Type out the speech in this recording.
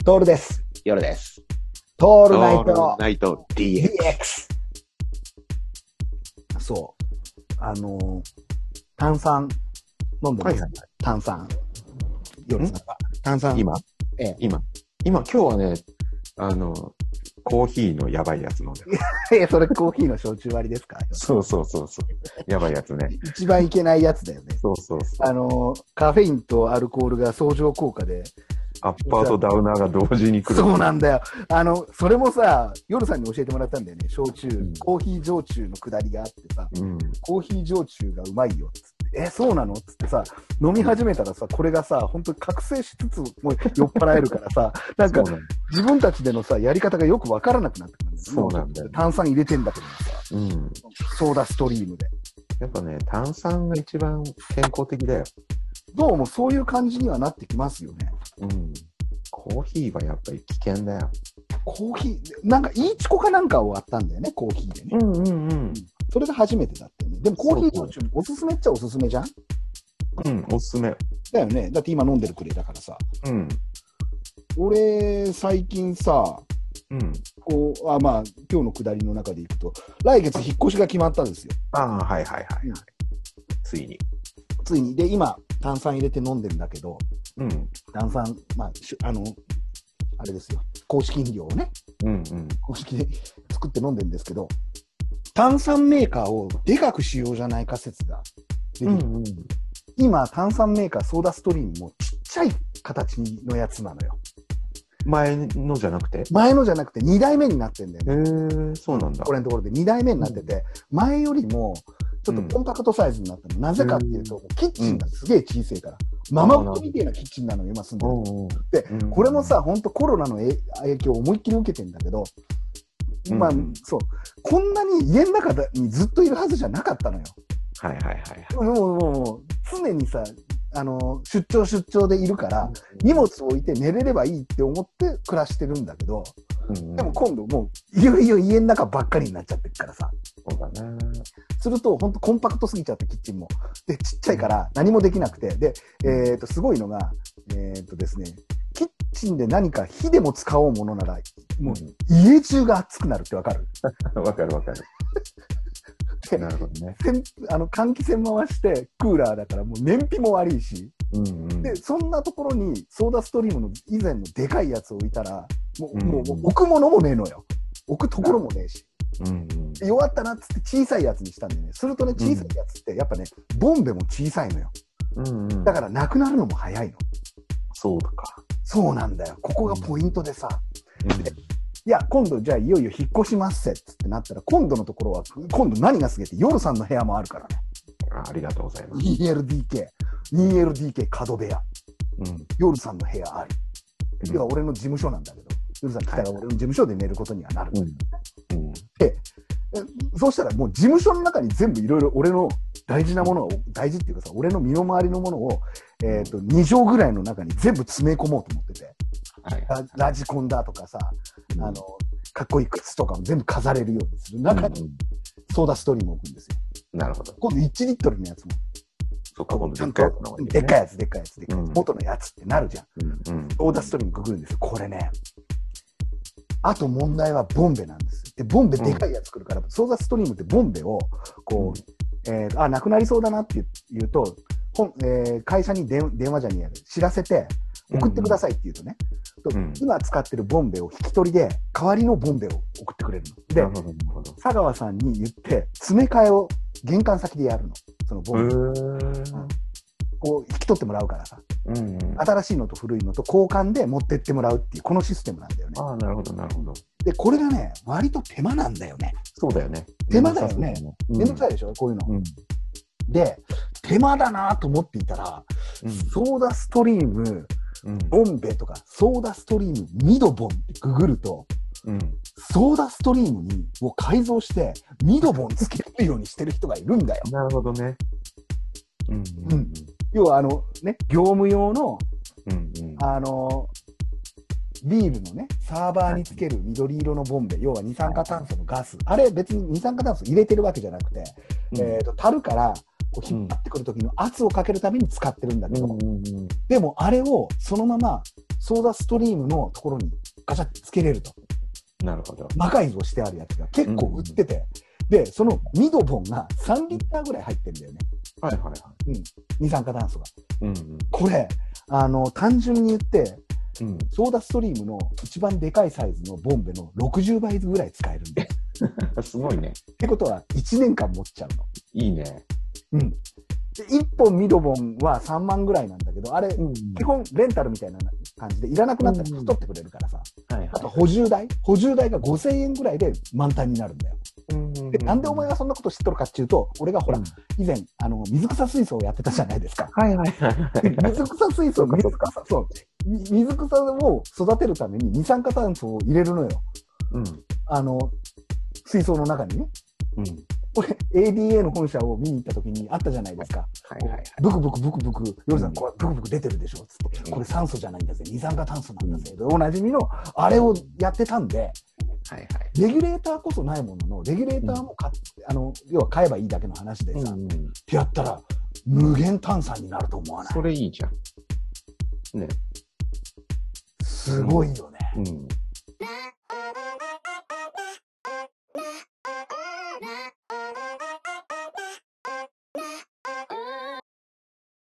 トールです。 夜です。 トールナイオールトナイト DX。 DX。そう。炭酸飲んでます。 はいはい。 炭酸。夜さんが。炭酸。 今ええ。 今今日はね、コーヒーのやばいやつ飲んでる。 それコーヒーの焼酎割りですか？ そうそうそうそう。やばいやつね。 一番いけないやつだよね。 そうそうそう。 カフェインとアルコールが相乗効果で。 アッパーとダウナーが同時に来る。 そうなんだよ。それもさ、夜さんに教えてもらったんだよね。焼酎、コーヒー焼酎のくだりがあってさ、コーヒー焼酎がうまいよっつって、そうなのっつってさ、飲み始めたらさ、これがさ、本当に覚醒しつつも酔っ払えるからさ、なんか自分たちでのさ、やり方がよくわからなくなってくるんだよ。 そうなんだよ。 炭酸入れてんだけどさ、ソーダストリームで。 やっぱね、炭酸が一番健康的だよ。 どうもそういう感じにはなってきますよね。 コーヒーはやっぱり危険だよ。 コーヒー、なんかイーチコかなんかを割ったんだよね、コーヒーでね。それが初めてだってね。でもコーヒー焼酎おすすめっちゃおすすめじゃん？ おすすめ。 だよね。だって今飲んでるくれだからさ。俺、最近さ、まあ、今日の下りの中でいくと、来月引っ越しが決まったんですよ。 はい。ついに。 で、今、炭酸入れて飲んでるんだけど、炭酸、まあ、あれですよ。公式飲料をね、公式で作って飲んでるんですけど、炭酸メーカーをでかくしようじゃないか説が出てる。今、炭酸メーカー、ソーダストリームもちっちゃい形のやつなのよ。 前のじゃなくて 2代目になってんだよね。そうなんだ。 これのところで2代目になってて、前よりもちょっとコンパクトサイズになったの。なぜかっていうと、キッチンがすげえ小さいから。ママごとみたいなキッチンなのよ、今住んでる。で、これもさ、ほんとコロナの影響を思いっきり受けてんだけど、まあ、そう。こんなに家の中にずっといるはずじゃなかったのよ。もう、常にさ、出張でいるから、荷物置いて寝れればいいって思って暮らしてるんだけど、でも今度もう、いよいよ家の中ばっかりになっちゃってるからさ。 そうだね。 すると、ほんとコンパクトすぎちゃって、キッチンも。で、ちっちゃいから何もできなくて。で、すごいのが、ですね、キッチンで何か火でも使おうものなら、もう家中が熱くなるってわかる？ わかる。なるほどね。 換気扇回してクーラーだからもう燃費も悪いし、でそんなところにソーダストリームの以前のでかいやつを置いたらもう置くものもねえのよ。置くところもねえし、弱ったなっつって小さいやつにしたんでね。するとね、小さいやつってやっぱねボンベも小さいのよ。だからなくなるのも早いの。 そうか。 そうなんだよ。ここがポイントでさ。いや、今度じゃあいよいよ引っ越しますってなったら、今度のところは、今度何がすげえって、夜さんの部屋もあるからね。 ありがとうございます。 2LDK 角部屋。夜さんの部屋ある。要は俺の事務所なんだけど、夜さん来たら俺の事務所で寝ることにはなる。で、そうしたらもう事務所の中に全部いろいろ俺の大事なものを、大事っていうかさ、俺の身の回りのものを、2畳ぐらいの中に全部詰め込もうと思ってて。ラジコンだとかさ、かっこいい靴とかも全部飾れるようにする中にソーダストリームを置くんですよ。 なるほど。 今度1リットルのやつも。 そっか、今度でっかいやつの方がいいね。 でっかいやつ。元のやつってなるじゃん。ソーダストリームくぐるんですよ。これね。あと問題はボンベなんです。で、ボンベでかいやつ来るから、ソーダストリームってボンベを、こう、なくなりそうだなって言うと、会社に電話じゃねえやで知らせて、送ってくださいって言うとね、今使ってるボンベを引き取りで代わりのボンベを送ってくれるので、佐川さんに言って詰め替えを玄関先でやるの。そのボンベこう引き取ってもらうからさ、新しいのと古いのと交換で持ってってもらうっていうこのシステムなんだよね。 なるほど。 でこれがね割と手間なんだよね。 そうだよね。 手間だよね。めんどくさいでしょこういうの。で手間だなと思っていたら、ソーダストリームボンベとかソーダストリームミドボンってググると、ソーダストリームを改造してミドボンつけるようにしてる人がいるんだよ。 なるほどね。 要は業務用の、ビールのねサーバーにつける緑色のボンベ、要は二酸化炭素のガス、あれ別に二酸化炭素入れてるわけじゃなくて、樽からこう引っ張ってくる時の圧をかけるために使ってるんだけど、でもあれをそのままソーダストリームのところにガチャってつけれると。 なるほど。 魔改造してあるやつが結構売ってて、で、そのミドボンが3リッターぐらい入ってるんだよね。 はいはいはい。 二酸化炭素が。 うんこれ、単純に言って、 うん。 ソーダストリームの一番でかいサイズのボンベの60倍ぐらい使えるんで。 すごいね。 ってことは1年間持っちゃうの。 いいね。 で1本ミドボンは3万ぐらいなんだけど、あれ、基本レンタルみたいな感じでいらなくなったら引き取ってくれるからさ。あと補充代が5000円ぐらいで満タンになるんだよ。で、なんでお前はそんなこと知っとるかっていうと、俺がほら、以前、水草水槽をやってたじゃないですか。 はいはいはい。 水草水槽、水草を育てるために二酸化炭素を入れるのよ。水槽の中にね。これ ADA の本社を見に行った時にあったじゃないですか。ブクブク、夜さん、これブクブク出てるでしょつって。これ酸素じゃないんだぜ。二酸化炭素なんだぜ。おなじみの、あれをやってたんで、レギュレーターこそないものの、レギュレーターも要は買えばいいだけの話でさ、ってやったら、無限炭酸になると思わない？ それいいじゃん。ね。 すごいよね。